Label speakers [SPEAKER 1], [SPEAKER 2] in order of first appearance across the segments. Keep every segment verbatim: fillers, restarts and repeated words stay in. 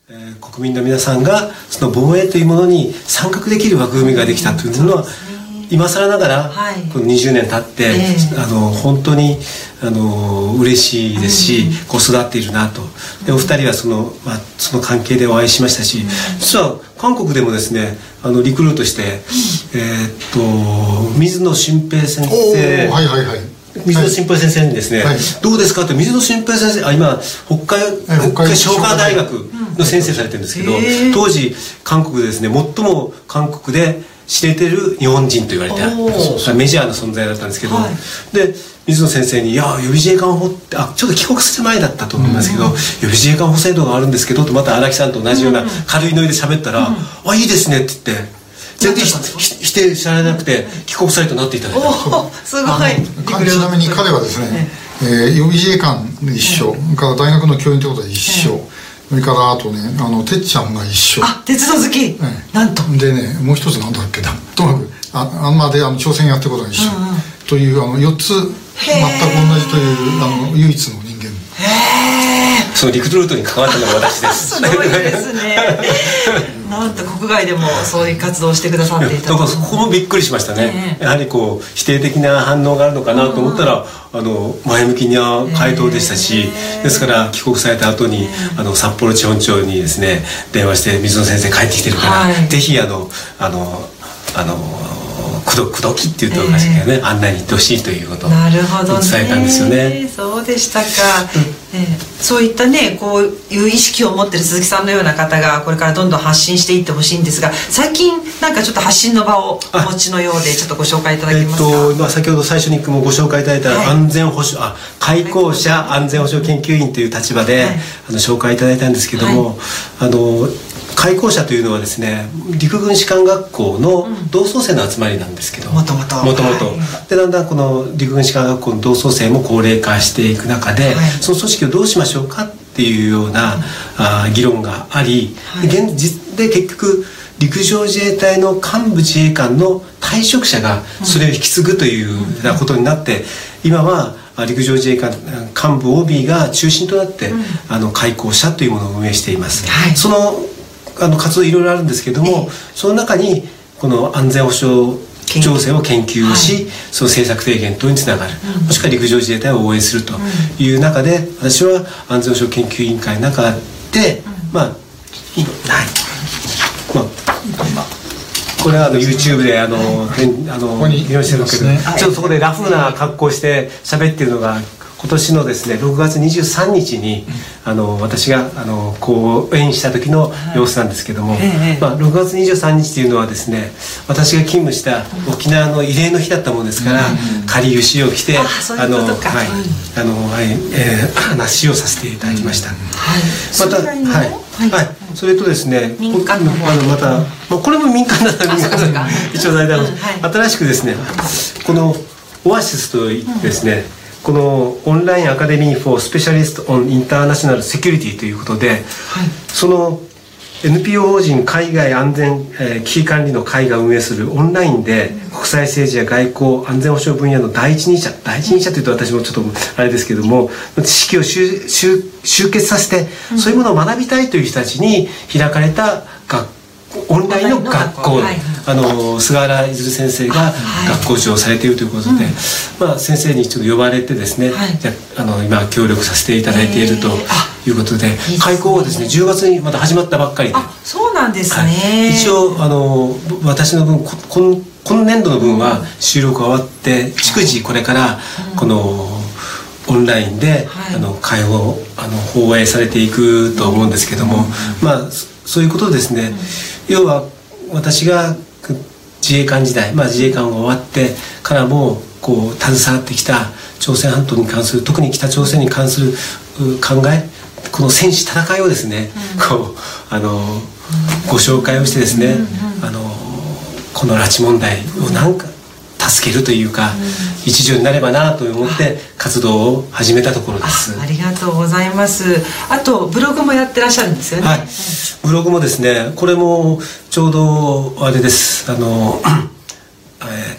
[SPEAKER 1] えー、国民の皆さんがその防衛というものに参画できる枠組みができたというのは、今更ながら、はい、このにじゅうねん経って、えー、あの本当にあの嬉しいですし、うん、こう育っているなと。でお二人はその、まあ、その関係でお会いしましたし、うん、実は韓国でもですね、あのリクルートして、うん、えー、っと水野俊平先生、
[SPEAKER 2] はいはいはい、
[SPEAKER 1] 水野俊平先生にですね、はい、どうですかって、水野俊平先生、あ、今北海、北海商科大学の先生されてるんですけど、当時韓国でですね、最も韓国で知れてる日本人と言われたメジャーな存在だったんですけど、はい、で水野先生に「いや予備自衛官法って、あちょっと帰国する前だったと思いますけど、うん、予備自衛官法制度があるんですけど」とまた荒木さんと同じような軽いノリで喋ったら「うん、あいいですね」って言って全然否定されなくて帰国されとなっていただいた。
[SPEAKER 3] おすごい。
[SPEAKER 2] ちなみに彼はですね、えー、予備自衛官一緒、うん、から大学の教員ということで一緒、うん、それからあとね、あのてっちゃんが一緒。
[SPEAKER 3] あ、鉄道好き、ええ、なんと
[SPEAKER 2] でね、もう一つなんだっけな、とにかくああんまであの朝鮮やってることが一緒、うんうん、というあのよっつ全く同じというあの唯一の人間。
[SPEAKER 1] へー、そのリクルートに関わったのが私です。
[SPEAKER 3] すごいですね。なんと国外でもそういう活動をしてくださっていた。
[SPEAKER 1] だからそこもびっくりしましたね。やはりこう否定的な反応があるのかなと思ったら、あの前向きな回答でしたし、ですから帰国された後にあの札幌地方庁にですね電話して「水野先生帰ってきてるから、はい、ぜひあのあのあのくどくどきっていうとおかしいけどね、えー、案内に行ってほしいということを伝えたんですよね。
[SPEAKER 3] そうでしたか、うん、えー、そういったねこういう意識を持ってる鈴木さんのような方がこれからどんどん発信していってほしいんですが、最近なんかちょっと発信の場をお持ちのようでちょっとご紹介いただけますか。えー、
[SPEAKER 1] とまあ、先ほど最初にもご紹介いただいた安全保障、はい、あ開校者安全保障研究員という立場で、はい、あの紹介いただいたんですけども、はい、あの開校者というのはですね、陸軍士官学校の同窓生の集まりなんですけど、
[SPEAKER 3] もともと
[SPEAKER 1] もともとでだんだんこの陸軍士官学校の同窓生も高齢化していく中で、はい、その組織をどうしましょうかっていうような、うん、あ議論があり、はい、現実で結局陸上自衛隊の幹部自衛官の退職者がそれを引き継ぐというようなことになって、今は陸上自衛官幹部 オービー が中心となって、うん、あの開校者というものを運営しています。はい、そのあの活動いろいろあるんですけども、その中にこの安全保障情勢を研究をし、はい、その政策提言等につながる、うん、もしくは陸上自衛隊を応援するという中で、うん、私は安全保障研究委員会の中で、うん、まあいいのない、まあ、これはあの YouTube であの、はい、あの見せてるけど、ね、ちょっとそこでラフな格好して喋ってるのが今年のですねろくがつにじゅうさんにちに、うん、あの私があの講演した時の様子なんですけども、はい、まあ、ろくがつにじゅうさんにちというのはですね、私が勤務した沖縄の慰霊の日だったものですから、うん、仮牛を着て、あのはいあのはい、えー、話をさせていただきました。うん、またはい、はい、それとですね、
[SPEAKER 3] 民間の
[SPEAKER 1] あのまた、まあ、これも民間だったら民間だ一応大体、うん、はい、新しくですね、このオアシスといってですね、うん、このオンラインアカデミー・フォー・スペシャリスト・オン・インターナショナル・セキュリティということで、はい、その エヌピーオー 法人海外安全、えー、危機管理の会が運営するオンラインで国際政治や外交安全保障分野の第一人者第一人者というと私もちょっとあれですけども、知識を集集集結させて、うん、そういうものを学びたいという人たちに開かれた学校、オンラインの学校、はい、あの菅原いずる先生が学校長をされているということで、はい、まあ、先生にちょっと呼ばれてですね、はい、じゃあの今協力させていただいているということで、開校はですねじゅうがつにまだ始まったばっかりで、
[SPEAKER 3] あ、そうなんですね、
[SPEAKER 1] はい、一応あの私の分今今年度の分は収録が終わって逐次これからこのオンラインで、はい、あの会をあの放映されていくと思うんですけども、うん、まあそういうことですね、うん、要は私が自衛官時代、まあ、自衛官が終わってからもこう携わってきた朝鮮半島に関する、特に北朝鮮に関する考え、この戦士戦いをですね、うん、こうあの、うん、ご紹介をしてですね、うんうん、あのこの拉致問題をなんか助けるというか、うん、一助になればなと思って活動を始めたところです。
[SPEAKER 3] あ, ありがとうございます。あとブログもやってらっしゃるんですよね。
[SPEAKER 1] はい、ブログもですね、これもちょうどあれです、あのえっと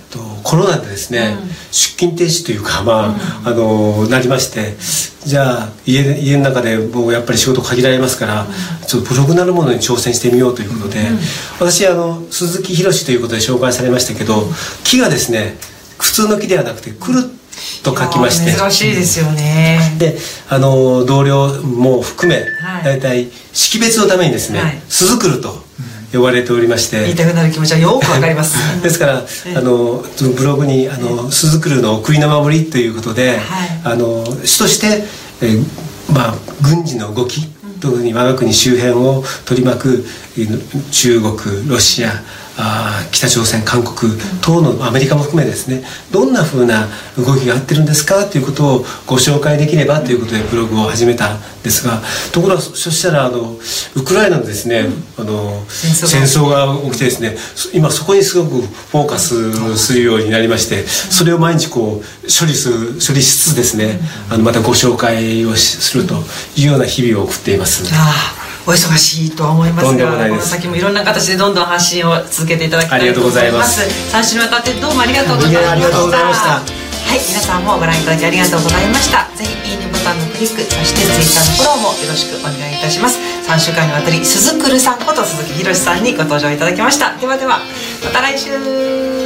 [SPEAKER 1] コロナでですね、うん、出勤停止というか、まあ、うん、あのなりまして、じゃあ 家, 家の中でもうやっぱり仕事限られますから、うん、ちょっとブログなるものに挑戦してみようということで、うん、私あの鈴木宏ということで紹介されましたけど、木がですね普通の木ではなくてくるっと書きまして、
[SPEAKER 3] 珍しいですよね。
[SPEAKER 1] であの同僚も含め、はい、大体識別のためにですね、はい、鈴くると呼ばれておりまして、
[SPEAKER 3] 言いたくなる気持ちはよくわかります
[SPEAKER 1] ですから、ええ、あのブログにあの鈴くるの送りの守りということで、はい、あの主として、えまあ、軍事の動き、特に我が国周辺を取り巻く中国、ロシア、あ北朝鮮、韓国等のアメリカも含めですね、どんなふうな動きがあってるんですかということをご紹介できればということでブログを始めたんですが、ところがそしたらあのウクライナのですね、あの戦争が起きてですね、今そこにすごくフォーカスするようになりまして、それを毎日こう処理する処理しつつですね、あのまたご紹介をするというような日々を送っています。
[SPEAKER 3] ああ、お忙しいとは思いますが、この先もいろんな形でどんどん発信を続けていただきたいと思います。さん週にわたってどうもありがとうございました。
[SPEAKER 1] ありがとうございました。
[SPEAKER 3] はい、皆さんもご覧いただきありがとうございました。ぜひいいねボタンのクリック、そしてツイッターのフォローもよろしくお願いいたします。さんしゅうかんにわたり鈴くるさんこと鈴木宏さんにご登場いただきました。ではではまた来週。